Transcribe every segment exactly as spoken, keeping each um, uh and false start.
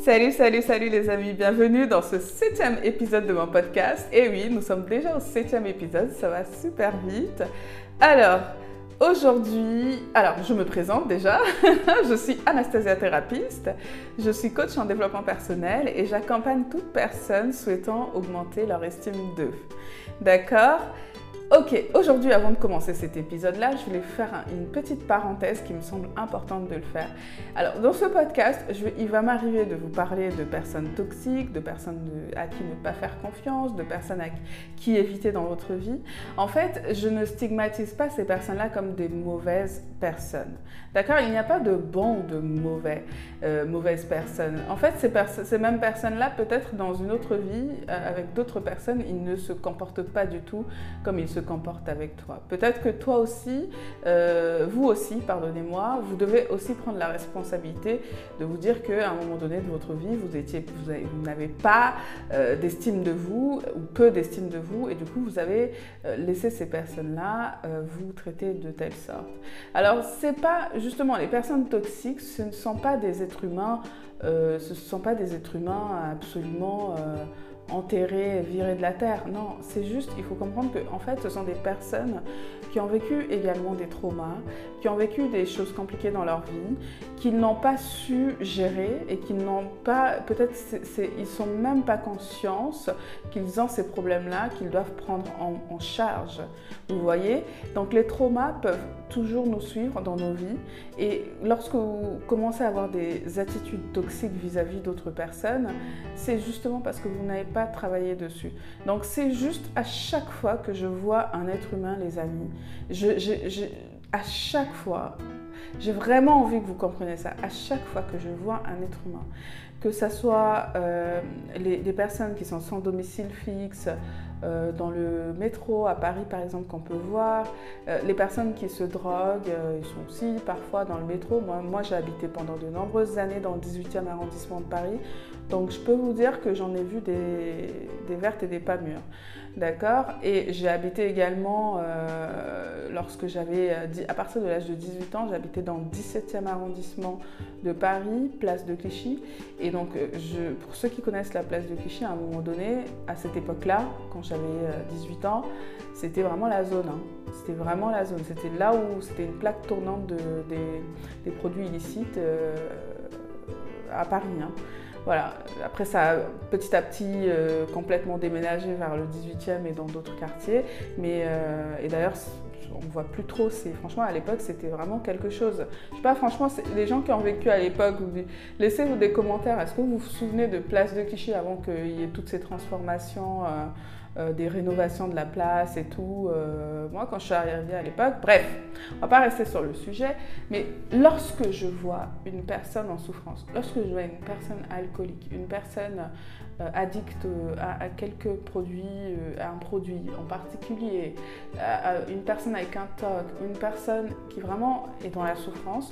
Salut, salut, salut les amis, bienvenue dans ce septième épisode de mon podcast. Et oui, nous sommes déjà au septième épisode, ça va super vite. Alors, aujourd'hui, alors je me présente déjà, je suis Anastasia Thérapeute, je suis coach en développement personnel et j'accompagne toute personne souhaitant augmenter leur estime d'eux. D'accord ? Ok, aujourd'hui, avant de commencer cet épisode-là, je voulais faire un, une petite parenthèse qui me semble importante de le faire. Alors, dans ce podcast, je, il va m'arriver de vous parler de personnes toxiques, de personnes de, à qui ne pas faire confiance, de personnes à qui éviter dans votre vie. En fait, je ne stigmatise pas ces personnes-là comme des mauvaises personnes. D'accord ? Il n'y a pas de bon ou de mauvais, euh, mauvaises personnes. En fait, ces, pers- ces mêmes personnes-là, peut-être dans une autre vie, euh, avec d'autres personnes, ils ne se comportent pas du tout comme ils se comportent avec toi. Peut-être que toi aussi, euh, vous aussi, pardonnez-moi, vous devez aussi prendre la responsabilité de vous dire qu'à un moment donné de votre vie, vous étiez, vous, avez, vous n'avez pas euh, d'estime de vous ou peu d'estime de vous et du coup, vous avez euh, laissé ces personnes-là euh, vous traiter de telle sorte. Alors, c'est pas justement les personnes toxiques, ce ne sont pas des êtres humains, euh, ce ne sont pas des êtres humains absolument euh, enterrés, virés de la terre. Non, c'est juste, il faut comprendre que en fait, ce sont des personnes qui ont vécu également des traumas, qui ont vécu des choses compliquées dans leur vie, qu'ils n'ont pas su gérer et qu'ils n'ont pas, peut-être, c'est, c'est, ils sont même pas conscients qu'ils ont ces problèmes-là, qu'ils doivent prendre en, en charge. Vous voyez ? Donc les traumas peuvent toujours nous suivre dans nos vies et lorsque vous commencez à avoir des attitudes toxiques vis-à-vis d'autres personnes, c'est justement parce que vous n'avez pas travaillé dessus. Donc c'est juste à chaque fois que je vois un être humain, les amis, je, je, je, à chaque fois, j'ai vraiment envie que vous compreniez ça, à chaque fois que je vois un être humain, que ce soit euh, les, les personnes qui sont sans domicile fixe, euh, dans le métro à Paris par exemple qu'on peut voir, euh, les personnes qui se droguent, euh, ils sont aussi parfois dans le métro. Moi, moi j'ai habité pendant de nombreuses années dans le dix-huitième arrondissement de Paris, donc je peux vous dire que j'en ai vu des, des vertes et des pas mûres. D'accord ? Et j'ai habité également, euh, lorsque j'avais, à partir de l'âge de dix-huit ans, j'habitais dans le dix-septième arrondissement de Paris, place de Clichy. Et donc, je, pour ceux qui connaissent la place de Clichy, à un moment donné, à cette époque-là, quand j'avais dix-huit ans, c'était vraiment la zone. Hein. C'était vraiment la zone. C'était là où c'était une plaque tournante de, des, des produits illicites euh, à Paris. Hein. Voilà. Après, ça a petit à petit euh, complètement déménagé vers le dix-huitième et dans d'autres quartiers. Mais, euh, et d'ailleurs, on ne voit plus trop. C'est, franchement, à l'époque, c'était vraiment quelque chose. Je ne sais pas, franchement, les gens qui ont vécu à l'époque, laissez-vous des commentaires. Est-ce que vous vous souvenez de Place de Clichy avant qu'il y ait toutes ces transformations euh, Euh, des rénovations de la place et tout, euh, moi quand je suis arrivée à l'époque, bref, on va pas rester sur le sujet, mais lorsque je vois une personne en souffrance, lorsque je vois une personne alcoolique, une personne euh, addicte à, à quelques produits, euh, à un produit en particulier, à, à une personne avec un T O C, une personne qui vraiment est dans la souffrance,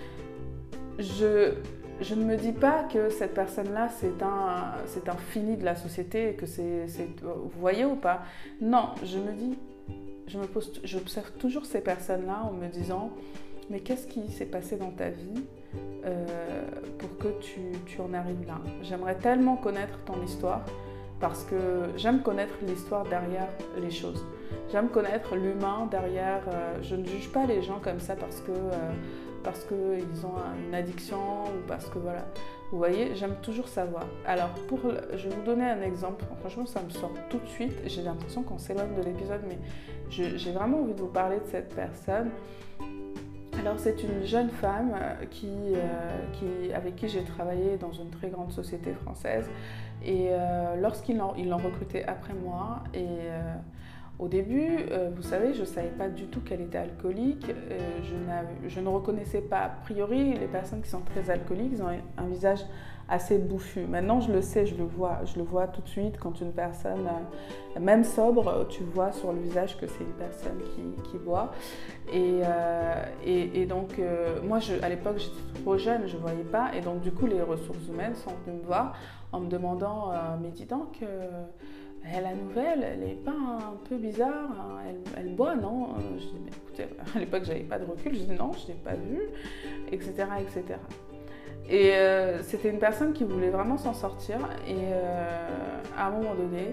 je... Je ne me dis pas que cette personne-là, c'est un, c'est un fini de la société, que c'est, c'est, vous voyez ou pas ? Non, je me dis, je me pose, j'observe toujours ces personnes-là en me disant, mais qu'est-ce qui s'est passé dans ta vie euh, pour que tu, tu en arrives là ? J'aimerais tellement connaître ton histoire parce que j'aime connaître l'histoire derrière les choses. J'aime connaître l'humain derrière. Euh, je ne juge pas les gens comme ça parce que... Euh, parce qu'ils ont une addiction ou parce que voilà. Vous voyez, j'aime toujours savoir. Alors, pour, je vais vous donner un exemple. Franchement, ça me sort tout de suite. J'ai l'impression qu'on s'éloigne de l'épisode, mais je, j'ai vraiment envie de vous parler de cette personne. Alors, c'est une jeune femme qui, euh, qui, avec qui j'ai travaillé dans une très grande société française. Et euh, lorsqu'ils l'ont, ils l'ont recrutée après moi, et... Euh, Au début, euh, vous savez, je ne savais pas du tout qu'elle était alcoolique. Euh, je, je ne reconnaissais pas a priori les personnes qui sont très alcooliques. Ils ont un visage assez bouffu. Maintenant, je le sais, je le vois. Je le vois tout de suite quand une personne, euh, même sobre, tu vois sur le visage que c'est une personne qui, qui boit. Et, euh, et, et donc, euh, moi, je, à l'époque, j'étais trop jeune, je ne voyais pas. Et donc, du coup, les ressources humaines sont venues me voir en me demandant euh, « Mais dis donc... Euh, la nouvelle, elle n'est pas un peu bizarre, hein, elle, elle boit, non ?» Je dis, mais écoutez, à l'époque, je n'avais pas de recul, je dis non, je ne l'ai pas vu, et cetera, et cetera. Et euh, c'était une personne qui voulait vraiment s'en sortir. Et euh, à un moment donné,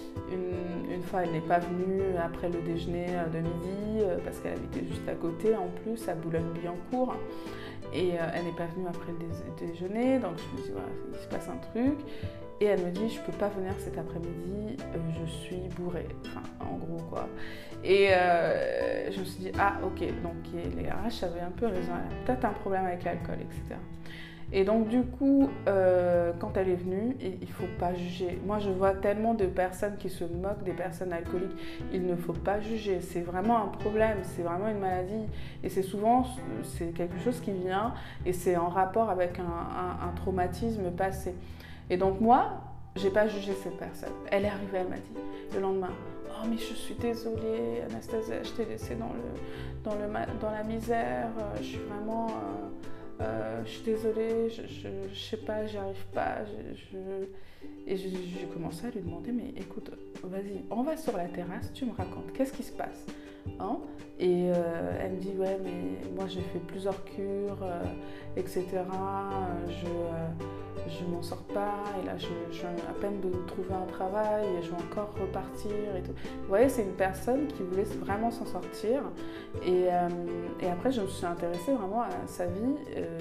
une, une fois, elle n'est pas venue après le déjeuner de midi, euh, parce qu'elle habitait juste à côté, en plus, à Boulogne-Billancourt. Et euh, elle n'est pas venue après le dé déjeuner, donc je me dis, voilà, il se passe un truc. Et elle me dit, je peux pas venir cet après-midi, euh, je suis bourrée. Enfin, en gros, quoi. Et euh, je me suis dit, ah, ok, donc les R H avaient un peu raison, elle a peut-être un problème avec l'alcool, et cetera. Et donc, du coup, euh, quand elle est venue, il ne faut pas juger. Moi, je vois tellement de personnes qui se moquent des personnes alcooliques. Il ne faut pas juger. C'est vraiment un problème, c'est vraiment une maladie. Et c'est souvent, c'est quelque chose qui vient et c'est en rapport avec un, un, un traumatisme passé. Et donc, moi, je n'ai pas jugé cette personne. Elle est arrivée, elle m'a dit, le lendemain, « Oh, mais je suis désolée, Anastasia, je t'ai laissée dans, le, dans, le, dans la misère. Je suis vraiment... Euh, Euh, je suis désolée, je, je, je sais pas, j'y arrive pas. Je, je... Et j'ai commencé à lui demander, mais écoute, vas-y, on va sur la terrasse, tu me racontes, qu'est-ce qui se passe, hein? Et euh, elle me dit, ouais, mais moi j'ai fait plusieurs cures, euh, et cetera. Je, euh, je m'en sors pas, et là je, je viens à peine de trouver un travail, et je vais encore repartir et tout. Vous voyez, c'est une personne qui voulait vraiment s'en sortir. Et, euh, et après, je me suis intéressée vraiment à sa vie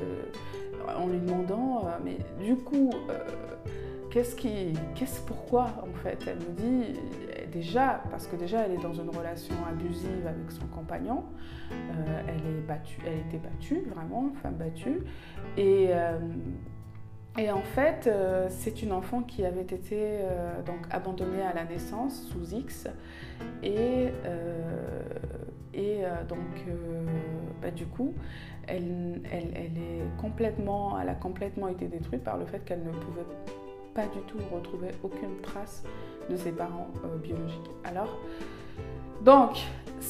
euh, en lui demandant, euh, mais du coup, euh, qu'est-ce qui, qu'est-ce pourquoi en fait? Elle me dit, déjà, parce que déjà elle est dans une relation abusive avec son compagnon, euh, elle est battue, elle était battue, vraiment, femme battue, et euh, Et en fait, euh, c'est une enfant qui avait été euh, donc abandonnée à la naissance sous X. Et, euh, et euh, donc, euh, bah, du coup, elle, elle, elle, est complètement, elle a complètement été détruite par le fait qu'elle ne pouvait pas du tout retrouver aucune trace de ses parents euh, biologiques. Alors, donc,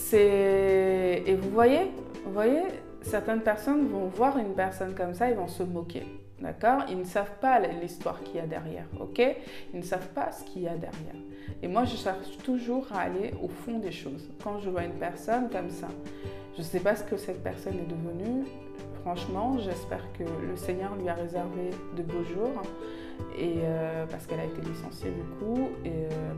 c'est... Et vous voyez, vous voyez, certaines personnes vont voir une personne comme ça, ils vont se moquer. D'accord? Ils ne savent pas l'histoire qu'il y a derrière, ok? Ils ne savent pas ce qu'il y a derrière. Et moi, je cherche toujours à aller au fond des choses. Quand je vois une personne comme ça, je ne sais pas ce que cette personne est devenue. Franchement, j'espère que le Seigneur lui a réservé de beaux jours, et, euh, parce qu'elle a été licenciée du coup. Et euh,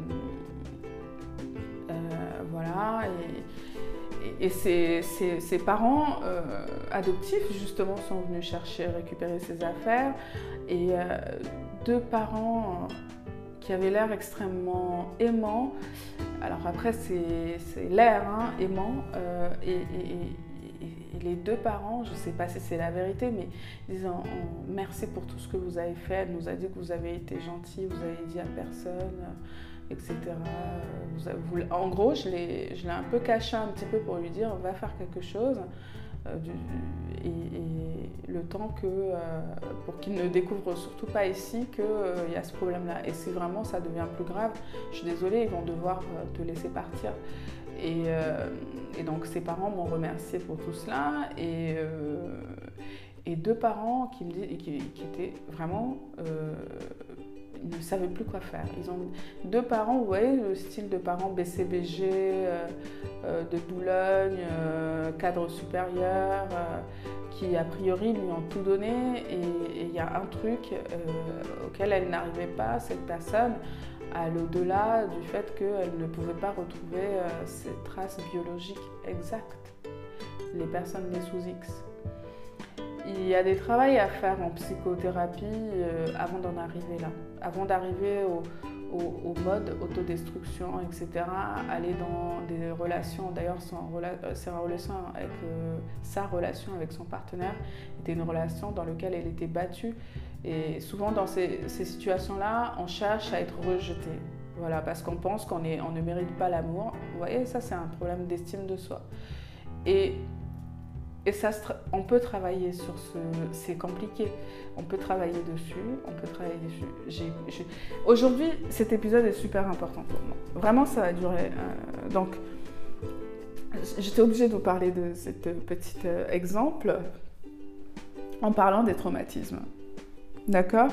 euh, voilà. Et, Et ses, ses, ses parents euh, adoptifs, justement, sont venus chercher, récupérer ses affaires. Et euh, deux parents qui avaient l'air extrêmement aimants. Alors après, c'est l'air hein, aimant. Euh, et, et, et, et les deux parents, je ne sais pas si c'est la vérité, mais disant oh, merci pour tout ce que vous avez fait. Elle nous a dit que vous avez été gentil, vous avez dit à personne, et cetera. Vous, vous, en gros, je l'ai un peu caché un petit peu pour lui dire va faire quelque chose euh, du, et, et le temps que, euh, pour qu'il ne découvre surtout pas ici qu'il euh, y a ce problème-là. Et si vraiment ça devient plus grave, je suis désolée, ils vont devoir euh, te laisser partir. Et, euh, et donc ses parents m'ont remercié pour tout cela. Et, euh, et deux parents qui, me disent, qui, qui étaient vraiment... Euh, ils ne savaient plus quoi faire. Ils ont deux parents, vous voyez, le style de parents B C B G, euh, euh, de Boulogne, euh, cadre supérieur, euh, qui a priori lui ont tout donné. Et il y a un truc euh, auquel elle n'arrivait pas, cette personne, à l'au-delà du fait qu'elle ne pouvait pas retrouver euh, ses traces biologiques exactes, les personnes nées sous X. Il y a des travaux à faire en psychothérapie euh, avant d'en arriver là, avant d'arriver au, au, au mode autodestruction, et cetera. Aller dans des relations, d'ailleurs sa relation avec euh, sa relation avec son partenaire était une relation dans laquelle elle était battue. Et souvent dans ces, ces situations-là, on cherche à être rejeté. Voilà, parce qu'on pense qu'on on ne mérite pas l'amour. Vous voyez, ça c'est un problème d'estime de soi. Et Et ça, on peut travailler sur ce... C'est compliqué. On peut travailler dessus. On peut travailler dessus. Aujourd'hui, cet épisode est super important pour moi. Vraiment, ça va durer. Euh, donc, j'étais obligée de vous parler de ce petit euh, exemple en parlant des traumatismes. D'accord?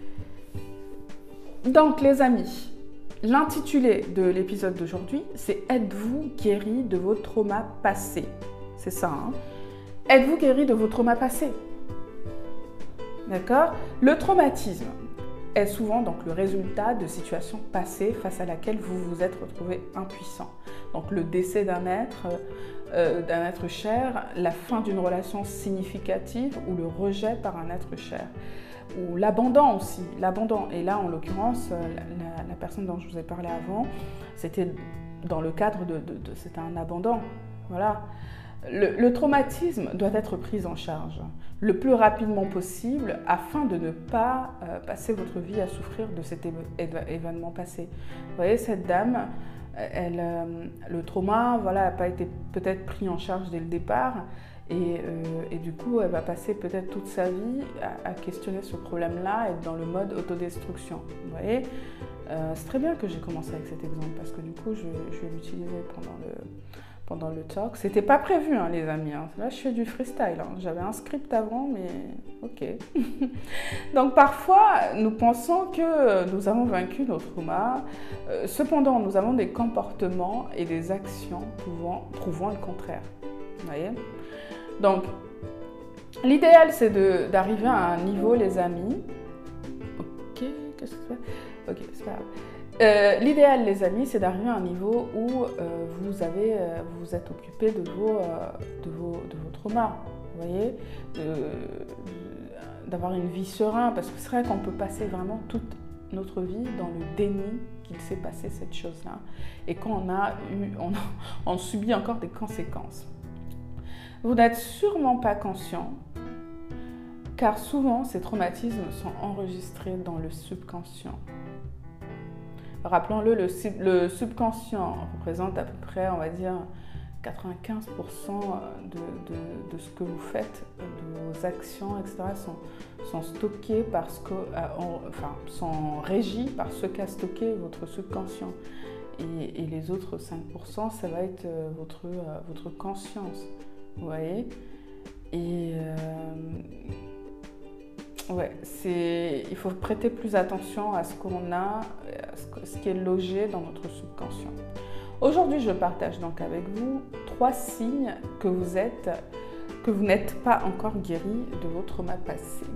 Donc, les amis, l'intitulé de l'épisode d'aujourd'hui, c'est « Êtes-vous guéri de vos traumas passés ?» C'est ça, hein? Êtes-vous guéri de vos traumas passés? D'accord? Le traumatisme est souvent donc le résultat de situations passées face à laquelle vous vous êtes retrouvé impuissant. Donc le décès d'un être, euh, d'un être cher, la fin d'une relation significative ou le rejet par un être cher. Ou l'abandon aussi, l'abandon. Et là, en l'occurrence, la, la, la personne dont je vous ai parlé avant, c'était dans le cadre de... de, de c'était un abandon. Voilà. Le, le traumatisme doit être pris en charge le plus rapidement possible afin de ne pas euh, passer votre vie à souffrir de cet événement passé. Vous voyez, cette dame, elle, euh, le trauma voilà, n'a pas été peut-être pris en charge dès le départ et, euh, et du coup, elle va passer peut-être toute sa vie à, à questionner ce problème-là et être dans le mode autodestruction. Vous voyez, euh, c'est très bien que j'ai commencé avec cet exemple parce que du coup, je, je vais l'utiliser pendant le... pendant le talk. C'était pas prévu, hein, les amis. Hein. Là, je fais du freestyle. Hein. J'avais un script avant, mais ok. Donc, parfois, nous pensons que nous avons vaincu nos traumas. Euh, cependant, nous avons des comportements et des actions pouvant, prouvant le contraire. Vous voyez? Donc, l'idéal, c'est d'arriver à un niveau, les amis. Ok, qu'est-ce que c'est? Ok, c'est pas grave. Euh, L'idéal, les amis, c'est d'arriver à un niveau où euh, vous avez, euh, vous vous êtes occupé de vos, euh, de vos, de vos traumas, vous voyez, d'avoir une vie sereine, parce que c'est vrai qu'on peut passer vraiment toute notre vie dans le déni qu'il s'est passé cette chose-là, et quand on a eu, on, on subit encore des conséquences. Vous n'êtes sûrement pas conscient, car souvent ces traumatismes sont enregistrés dans le subconscient. Rappelons-le, le, sub, le subconscient représente à peu près, on va dire, quatre-vingt-quinze pour cent de, de, de ce que vous faites, de vos actions, et cetera, sont, sont stockées parce que, euh, enfin, sont régies par ce qu'a stocké votre subconscient. Et, et les autres cinq pour cent, ça va être votre, euh, votre conscience, vous voyez. Et... Euh, Ouais, il faut prêter plus attention à ce qu'on a, à ce qui est logé dans notre subconscient. Aujourd'hui, je partage donc avec vous trois signes que vous êtes, que vous n'êtes pas encore guéri de vos traumas passés.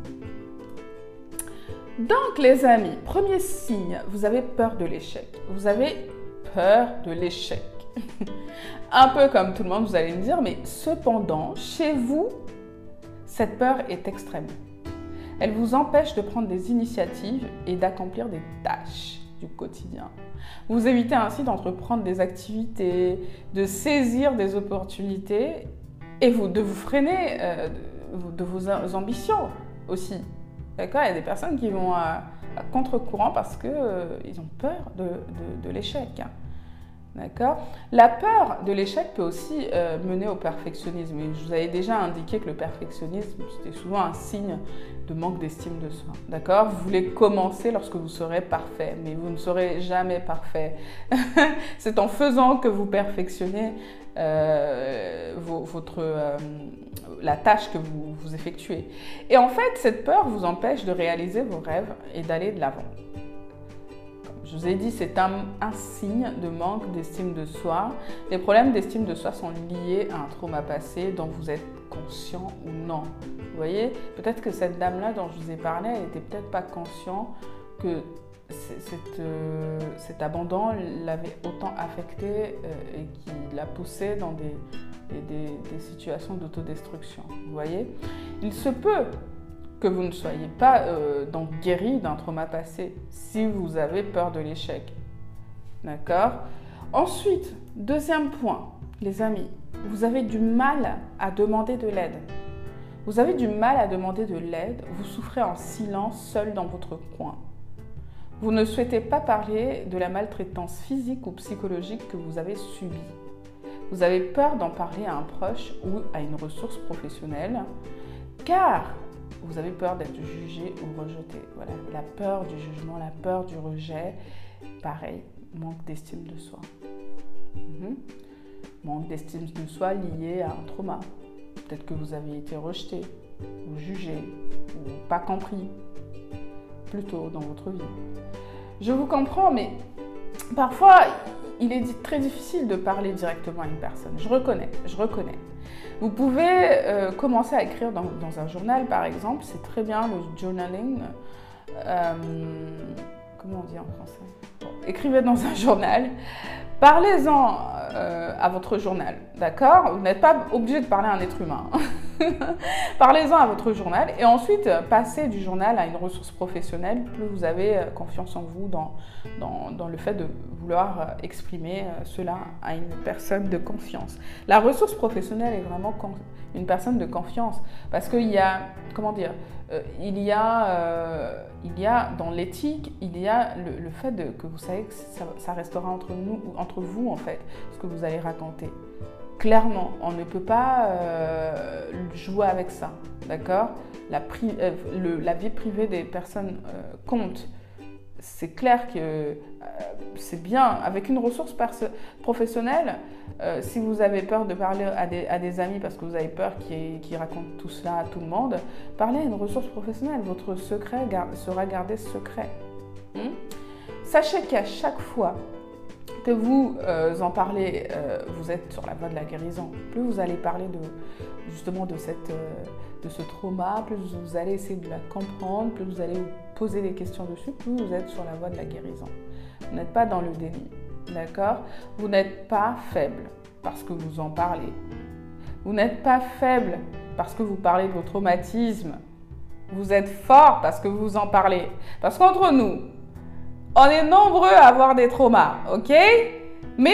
Donc, les amis, premier signe, vous avez peur de l'échec. Vous avez peur de l'échec. Un peu comme tout le monde, vous allez me dire, mais cependant, chez vous, cette peur est extrême. Elle vous empêche de prendre des initiatives et d'accomplir des tâches du quotidien. Vous évitez ainsi d'entreprendre des activités, de saisir des opportunités et vous, de vous freiner euh, de, de vos ambitions aussi. D'accord? Il y a des personnes qui vont à, à contre-courant parce qu'ils euh, ont peur de, de, de l'échec. D'accord? La peur de l'échec peut aussi euh, mener au perfectionnisme. Et je vous avais déjà indiqué que le perfectionnisme, c'était souvent un signe de manque d'estime de soi. D'accord? Vous voulez commencer lorsque vous serez parfait, mais vous ne serez jamais parfait. C'est en faisant que vous perfectionnez euh, vos, votre, euh, la tâche que vous, vous effectuez. Et en fait, cette peur vous empêche de réaliser vos rêves et d'aller de l'avant. Je vous ai dit, c'est un, un signe de manque d'estime de soi. Les problèmes d'estime de soi sont liés à un trauma passé dont vous êtes conscient ou non. Vous voyez, peut-être que cette dame-là dont je vous ai parlé, elle n'était peut-être pas consciente que cette, euh, cet abandon l'avait autant affectée euh, et qui la poussait dans des, des, des situations d'autodestruction. Vous voyez, il se peut que vous ne soyez pas euh, donc guéri d'un trauma passé si vous avez peur de l'échec. D'accord? Ensuite, deuxième point, les amis, vous avez du mal à demander de l'aide. Vous avez du mal à demander de l'aide, vous souffrez en silence, seul dans votre coin. Vous ne souhaitez pas parler de la maltraitance physique ou psychologique que vous avez subie. Vous avez peur d'en parler à un proche ou à une ressource professionnelle, car vous avez peur d'être jugé ou rejeté. Voilà, la peur du jugement, la peur du rejet, pareil, manque d'estime de soi. Mm-hmm. Manque d'estime de soi lié à un trauma. Peut-être que vous avez été rejeté, ou jugé, ou pas compris, plus tôt dans votre vie. Je vous comprends, mais parfois, il est très difficile de parler directement à une personne. Je reconnais, je reconnais. Vous pouvez euh, commencer à écrire dans, dans un journal, par exemple. C'est très bien, le journaling. Euh, comment on dit en français? Bon, écrivez dans un journal. Parlez-en euh, à votre journal, d'accord? Vous n'êtes pas obligé de parler à un être humain. Parlez-en à votre journal et ensuite passez du journal à une ressource professionnelle. Plus vous avez confiance en vous dans, dans, dans le fait de vouloir exprimer cela à une personne de confiance. La ressource professionnelle est vraiment une personne de confiance parce qu'il y a, comment dire, euh, il, y a, euh, il y a dans l'éthique, il y a le, le fait de, que vous savez que ça, ça restera entre, nous, entre vous en fait, ce que vous allez raconter. Clairement, on ne peut pas euh, jouer avec ça, d'accord? La, euh, la vie privée des personnes euh, compte. C'est clair que euh, c'est bien. Avec une ressource professionnelle, euh, si vous avez peur de parler à des, à des amis parce que vous avez peur qu'ils qu'ils racontent tout cela à tout le monde, parlez à une ressource professionnelle. Votre secret gar sera gardé secret. Hmm? Sachez qu'à chaque fois que vous euh, en parlez, euh, vous êtes sur la voie de la guérison. Plus vous allez parler de, justement de, cette, euh, de ce trauma, plus vous allez essayer de la comprendre, plus vous allez vous poser des questions dessus, plus vous êtes sur la voie de la guérison. Vous n'êtes pas dans le déni, d'accord? Vous n'êtes pas faible parce que vous en parlez. Vous n'êtes pas faible parce que vous parlez de vos traumatismes. Vous êtes fort parce que vous en parlez. Parce qu'entre nous, on est nombreux à avoir des traumas, ok? Mais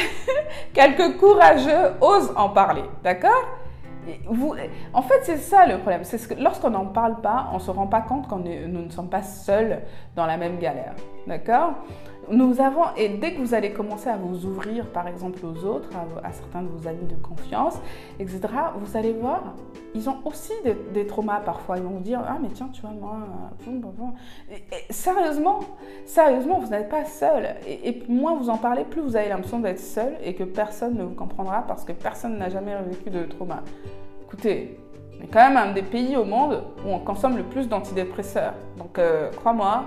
quelques courageux osent en parler, d'accord? Vous, en fait, c'est ça le problème. C'est que lorsqu'on n'en parle pas, on ne se rend pas compte que nous ne sommes pas seuls dans la même galère, d'accord? Nous avons, et dès que vous allez commencer à vous ouvrir, par exemple, aux autres, à, à certains de vos amis de confiance, et cetera, vous allez voir, ils ont aussi des, des traumas parfois. Ils vont vous dire, ah mais tiens, tu vois, moi, bon, bon, bon. Et, et, sérieusement, sérieusement, vous n'êtes pas seul. Et, et moins vous en parlez, plus vous avez l'impression d'être seul et que personne ne vous comprendra parce que personne n'a jamais vécu de trauma. Écoutez, on est quand même un des pays au monde où on consomme le plus d'antidépresseurs. Donc, euh, crois-moi,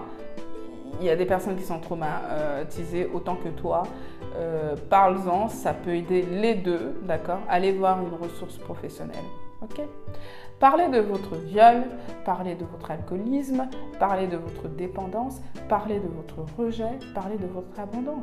il y a des personnes qui sont traumatisées autant que toi. Euh, Parle-en, ça peut aider les deux, d'accord? Allez voir une ressource professionnelle, ok? Parlez de votre viol, parlez de votre alcoolisme, parlez de votre dépendance, parlez de votre rejet, parlez de votre abandon.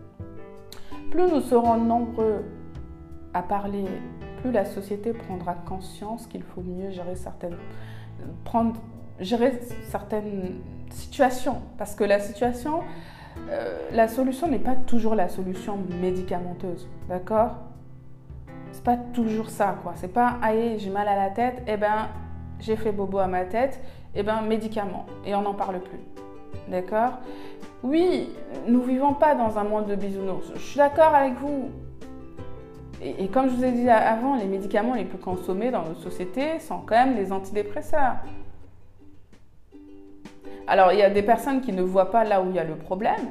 Plus nous serons nombreux à parler, plus la société prendra conscience qu'il faut mieux gérer certaines, prendre, gérer certaines situations. Parce que la situation, euh, la solution n'est pas toujours la solution médicamenteuse, d'accord? C'est pas toujours ça, quoi. C'est pas, aïe, j'ai mal à la tête, eh ben, j'ai fait bobo à ma tête, eh ben, médicament, et on n'en parle plus, d'accord? Oui, nous vivons pas dans un monde de bisounours. Je suis d'accord avec vous. Et, et comme je vous ai dit avant, les médicaments les plus consommés dans notre société sont quand même les antidépresseurs. Alors, il y a des personnes qui ne voient pas là où il y a le problème.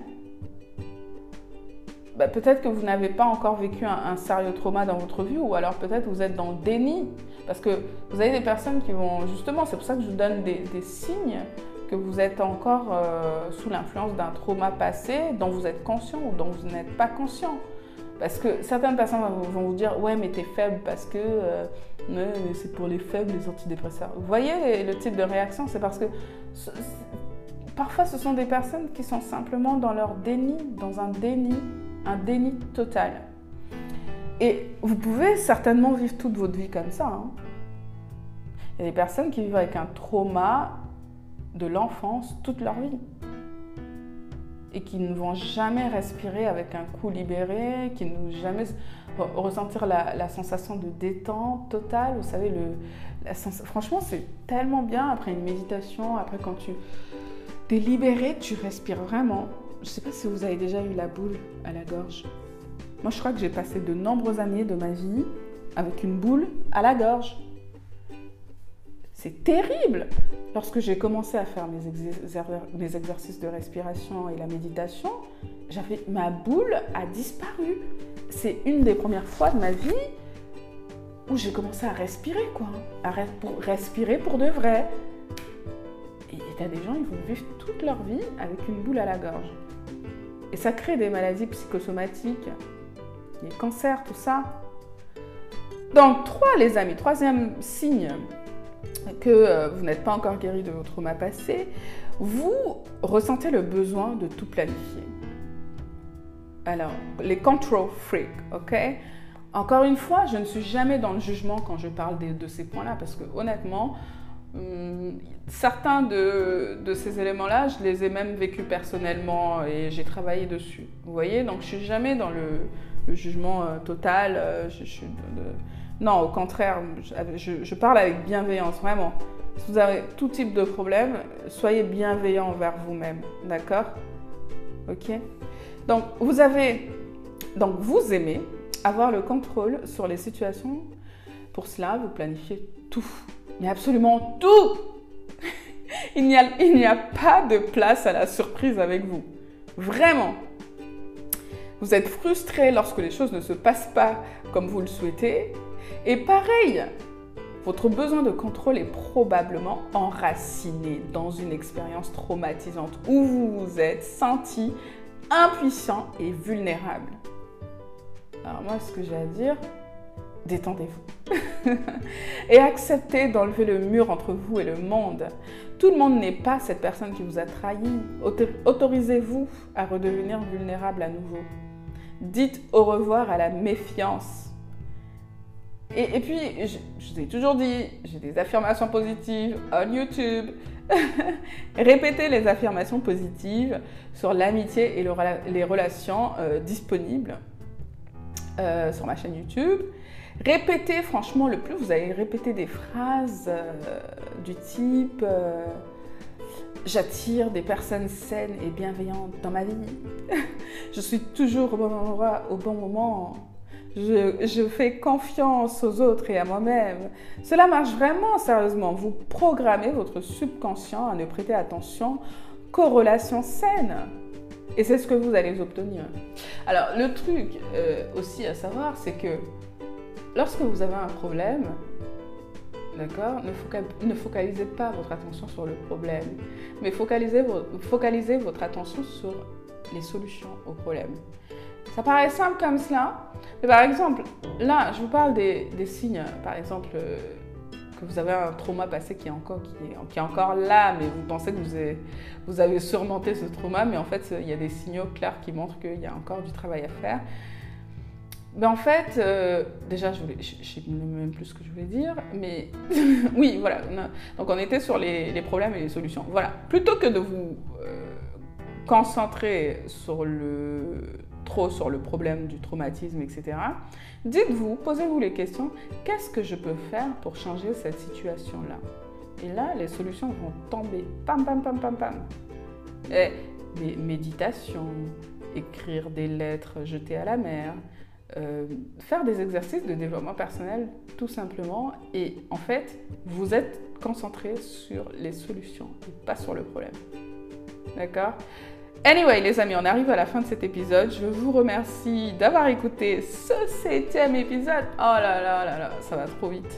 Bah, peut-être que vous n'avez pas encore vécu un, un sérieux trauma dans votre vie ou alors peut-être vous êtes dans le déni. Parce que vous avez des personnes qui vont, justement, c'est pour ça que je vous donne des, des signes que vous êtes encore euh, sous l'influence d'un trauma passé dont vous êtes conscient ou dont vous n'êtes pas conscient. Parce que certaines personnes vont vous dire « Ouais, mais t'es faible parce que euh, ouais, c'est pour les faibles, les antidépresseurs. » Vous voyez les, le type de réaction? C'est parce que ce, parfois ce sont des personnes qui sont simplement dans leur déni, dans un déni, un déni total. Et vous pouvez certainement vivre toute votre vie comme ça. Hein. Il y a des personnes qui vivent avec un trauma de l'enfance toute leur vie. Et qui ne vont jamais respirer avec un cou libéré, qui ne vont jamais ressentir la, la sensation de détente totale. Vous savez, le, la sens... franchement, c'est tellement bien après une méditation, après quand tu es libéré, tu respires vraiment. Je ne sais pas si vous avez déjà eu la boule à la gorge. Moi, je crois que j'ai passé de nombreuses années de ma vie avec une boule à la gorge. C'est terrible! Lorsque j'ai commencé à faire mes, exer mes exercices de respiration et la méditation, j'avais ma boule a disparu. C'est une des premières fois de ma vie où j'ai commencé à respirer, quoi. À re pour respirer pour de vrai. Et il y a des gens, ils vont vivre toute leur vie avec une boule à la gorge. Et ça crée des maladies psychosomatiques, les cancers, tout ça. Donc, trois, les amis, troisième signe que euh, vous n'êtes pas encore guéri de votre trauma passé, vous ressentez le besoin de tout planifier. Alors, les control freaks, ok? Encore une fois, je ne suis jamais dans le jugement quand je parle de, de ces points-là, parce que honnêtement, hum, certains de, de ces éléments-là, je les ai même vécus personnellement et j'ai travaillé dessus. Vous voyez? Donc, je ne suis jamais dans le, le jugement euh, total. Euh, je, je, de, de... Non, au contraire, je, je parle avec bienveillance, vraiment. Si vous avez tout type de problème, soyez bienveillant envers vous-même, d'accord? Ok? Donc, vous avez, donc, vous aimez avoir le contrôle sur les situations. Pour cela, vous planifiez tout, mais absolument tout. il n'y a, il n'y a pas de place à la surprise avec vous, vraiment. Vous êtes frustré lorsque les choses ne se passent pas comme vous le souhaitez. Et pareil, votre besoin de contrôle est probablement enraciné dans une expérience traumatisante où vous vous êtes senti impuissant et vulnérable. Alors moi, ce que j'ai à dire, détendez-vous. Et acceptez d'enlever le mur entre vous et le monde. Tout le monde n'est pas cette personne qui vous a trahi. Autorisez-vous à redevenir vulnérable à nouveau. Dites au revoir à la méfiance. Et, et puis, je, je vous ai toujours dit, j'ai des affirmations positives on YouTube. Répétez les affirmations positives sur l'amitié et le, les relations euh, disponibles euh, sur ma chaîne YouTube. Répétez, franchement, le plus vous allez répéter des phrases euh, du type euh, « J'attire des personnes saines et bienveillantes dans ma vie. Je suis toujours au bon endroit, au bon moment. Je, je fais confiance aux autres et à moi-même. » Cela marche vraiment sérieusement. Vous programmez votre subconscient à ne prêter attention qu'aux relations saines. Et c'est ce que vous allez obtenir. Alors, le truc euh, aussi à savoir, c'est que lorsque vous avez un problème, d'accord, ne, focal, ne focalisez pas votre attention sur le problème, mais focalisez, focalisez votre attention sur les solutions au problème. Ça paraît simple comme cela, mais par exemple, là, je vous parle des, des signes, par exemple, euh, que vous avez un trauma passé qui est, encore, qui, est, qui est encore là, mais vous pensez que vous avez, vous avez surmonté ce trauma, mais en fait, il y a des signaux clairs qui montrent qu'il y a encore du travail à faire. Ben en fait, euh, déjà, je ne sais même plus ce que je voulais dire, mais oui, voilà. Donc, on était sur les, les problèmes et les solutions. Voilà. Plutôt que de vous euh, concentrer sur le, trop sur le problème du traumatisme, et cetera, dites-vous, posez-vous les questions, qu'est-ce que je peux faire pour changer cette situation-là? Et là, les solutions vont tomber. Pam, pam, pam, pam, pam. Et des méditations, écrire des lettres jetées à la mer, Euh, faire des exercices de développement personnel tout simplement, et en fait vous êtes concentré sur les solutions et pas sur le problème, d'accord? Anyway les amis, on arrive à la fin de cet épisode. Je vous remercie d'avoir écouté ce septième épisode. Oh là là là là, ça va trop vite.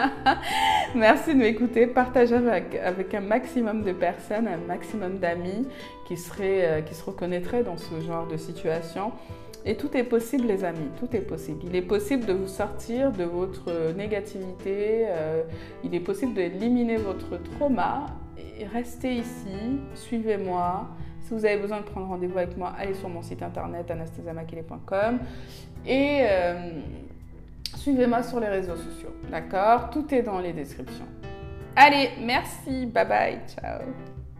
Merci de m'écouter, partagez avec, avec un maximum de personnes, un maximum d'amis qui seraient, euh, qui se reconnaîtraient dans ce genre de situation. Et tout est possible les amis, tout est possible. Il est possible de vous sortir de votre négativité, euh, il est possible d'éliminer votre trauma. Et restez ici, suivez-moi. Si vous avez besoin de prendre rendez-vous avec moi, allez sur mon site internet anastasia makele point com et euh, suivez-moi sur les réseaux sociaux, d'accord? Tout est dans les descriptions. Allez, merci, bye bye, ciao.